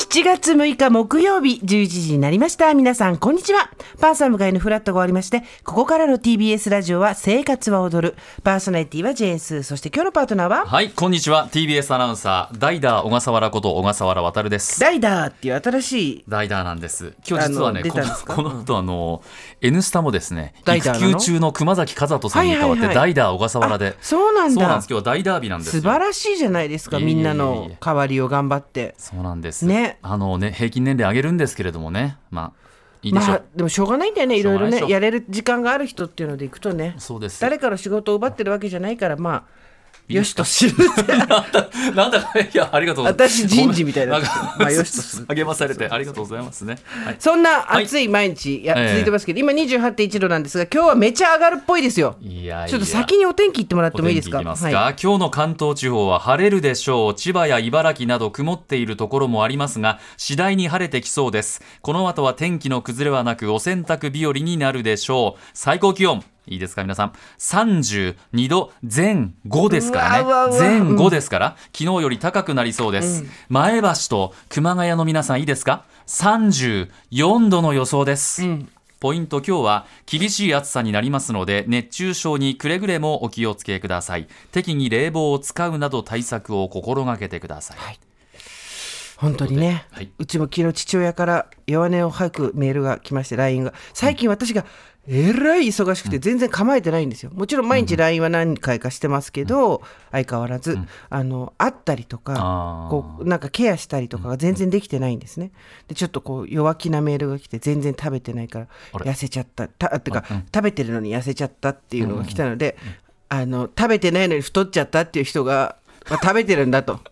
7月6日木曜日11時になりました。皆さんこんにちは。パンサー向かいのフラットが終わりまして、ここからの TBS ラジオは生活は踊る。パーソナリティはジェーンス。そして今日のパートナーは、 はい、こんにちは。 TBS アナウンサー代打小笠原こと小笠原渉です。 ダイダーっていう新しい代打なんです。今日実はね、 出たんですか？ この後N スタもですね、 代打育休中の熊崎和人さんに代わって代打小笠原で、 そうなんだ。 そうなんです。今日は大ダービーなんですよ。 素晴らしいじゃないですか。みんなの代わりを頑張って。 そうなんですね。 平均年齢上げるんですけれどもね、いいでしょう。 でもしょうがないんだよね。いろいろね、 しょうがないでしょやれる時間がある人っていうのでいくとね。 そうです。 誰かの仕事を奪ってるわけじゃないから、よしとするってなんだかいや、ありがとうございます。 私人事みたいなよしとする励まされてありがとうございますね、はい、 そんな暑い毎日、続いてますけど、今 28.1 度なんですが、今日はめちゃ上がるっぽいですよ。 いやいや、 ちょっと先にお天気言ってもらってもいいですか？ 今日の関東地方は晴れるでしょう。千葉や茨城など曇っているところもありますが、次第に晴れてきそうです。この後は天気の崩れはなく、お洗濯日和になるでしょう。最高気温いいですか皆さん、32度前後ですからね。前後ですから、昨日より高くなりそうです、前橋と熊谷の皆さんいいですか？34度の予想です、ポイント、今日は厳しい暑さになりますので、熱中症にくれぐれもお気をつけください。適宜冷房を使うなど対策を心がけてください、 本当にね、うちも昨日父親から弱音を吐くメールが来まして、 LINE が最近私がえらい忙しくて全然構えてないんですよ。もちろん毎日 LINE は何回かしてますけど、相変わらず、会ったりとかなんかケアしたりとかが全然できてないんですね。でちょっと弱気なメールが来て、全然食べてないから痩せちゃったってか、食べてるのに痩せちゃったっていうのが来たので、食べてないのに太っちゃったっていう人が、食べてるんだと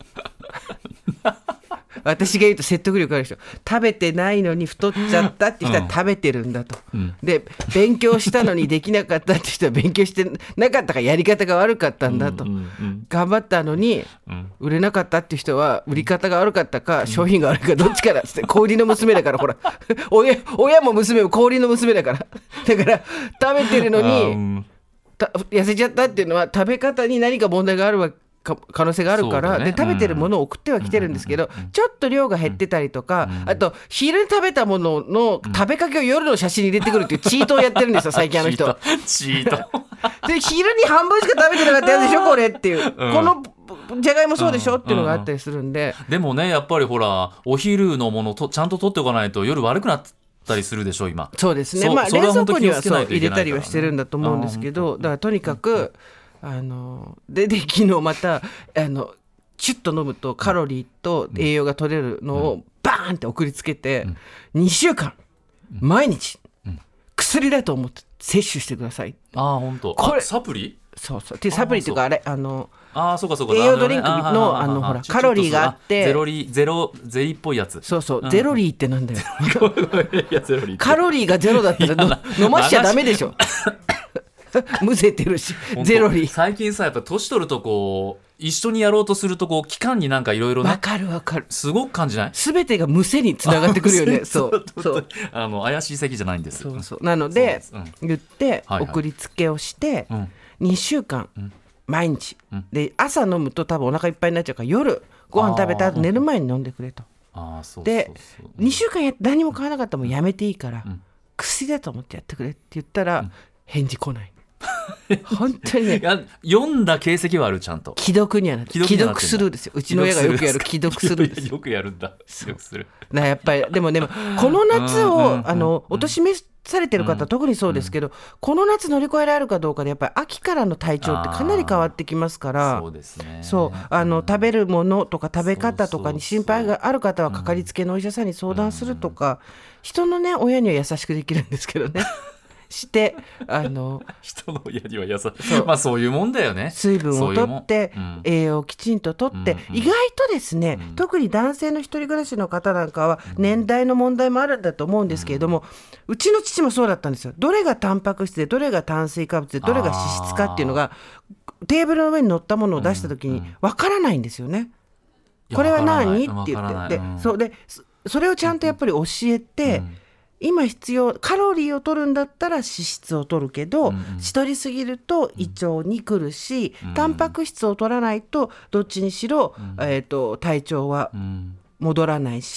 私が言うと説得力ある人、食べてないのに太っちゃったって人は食べてるんだと、で勉強したのにできなかったって人は勉強してなかったか、やり方が悪かったんだと、頑張ったのに売れなかったって人は売り方が悪かったか、商品が悪いか、どっちからって小売りの娘だから、ほら親も娘も小売りの娘だからだから食べてるのに痩せちゃったっていうのは、食べ方に何か問題があるわけ可能性があるから、で食べてるものを送ってはきてるんですけど、ちょっと量が減ってたりとか、あと昼食べたものの食べかけを夜の写真に入れてくるっていうチートをやってるんですよ最近人チートで昼に半分しか食べてなかったやつでしょこれっていう、このじゃがいもそうでしょっていうのがあったりするんで、 でもね、やっぱりほらお昼のものとちゃんと取っておかないと夜悪くなったりするでしょ今。 そうですね、冷蔵庫には入れたりはしてるんだと思うんですけど、だからとにかくで昨日またチュッと飲むとカロリーと栄養が取れるのをバーンって送りつけて、2週間毎日薬だと思って摂取してください。 本当。これサプリ？そうってサプリっていうか、 そうか栄養ドリンクのほらカロリーがあって、 ゼロリっぽいやつ。 そうゼロリーってなんだよカロリーがゼロだったら飲ましちゃダメでしょむせてるし、ゼロリー。 最近さ、やっぱ年取ると一緒にやろうとすると期間になんかいろいろね、 わかるすごく感じない？ 全てがむせにつながってくるよねそう怪しい席じゃないんです。 なので、言って送りつけをして、2週間毎日で、朝飲むと多分お腹いっぱいになっちゃうから、夜ご飯食べた後寝る前に飲んでくれと。で2週間何も買わなかったらもうやめていいから、薬だと思ってやってくれって言ったら返事来ない本当にね。 読んだ形跡はある、ちゃんと既読にはなって既読スルーですよ。うちの親がよくやる既読スルーですよくやるんだ。よくするやっぱりでもこの夏をお年召されてる方、特にそうですけど、この夏乗り越えられるかどうかで、やっぱり秋からの体調ってかなり変わってきますから。 そうですね。 食べるものとか食べ方とかに心配がある方はかかりつけのお医者さんに相談するとか、人のね親には優しくできるんですけどねして人の親には優しい。そういうもんだよね。 水分をとって、栄養をきちんととって、意外とですね、特に男性の一人暮らしの方なんかは年代の問題もあるんだと思うんですけれども、うちの父もそうだったんですよ。どれがタンパク質でどれが炭水化物でどれが脂質かっていうのがテーブルの上に乗ったものを出した時に分からないんですよね。これは何って言ってそれをちゃんとやっぱり教えて、今必要カロリーを取るんだったら脂質を取るけど、取りすぎると胃腸に来るし、タンパク質を取らないとどっちにしろ、体調は戻らないし、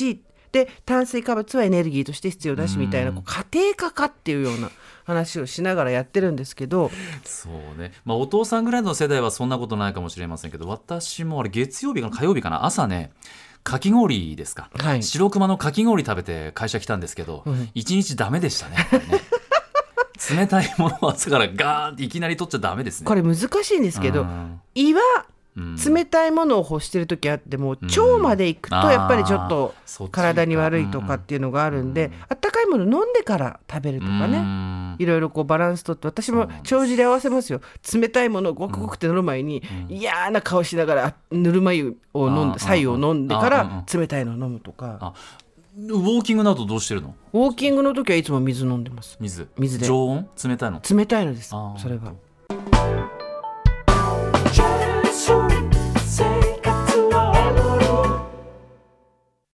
で炭水化物はエネルギーとして必要だしみたいな、こう家庭科かっていうような話をしながらやってるんですけど、 そうね、お父さんぐらいの世代はそんなことないかもしれませんけど、私もあれ月曜日かな火曜日かな、朝ねかき氷ですか、 はい、 白熊のかき氷食べて会社来たんですけど、一日ダメでしたね、やっぱりね冷たいものを朝からガーンっていきなり取っちゃダメですね。 これ難しいんですけど、胃は冷たいものを欲してる時あっても、腸まで行くとやっぱりちょっと体に悪いとかっていうのがあるんで、あったかいもの飲んでから食べるとかね、いろいろこうバランスとって、私も帳尻合わせますよ。冷たいものをごくごくって飲む前に、嫌な顔しながらぬるま湯を飲んで、白湯を飲んでから冷たいのを飲むとか。 ウォーキングなどどうしてるの？ ウォーキングの時はいつも水飲んでます。水で。 常温？冷たいの？ 冷たいのです、それは。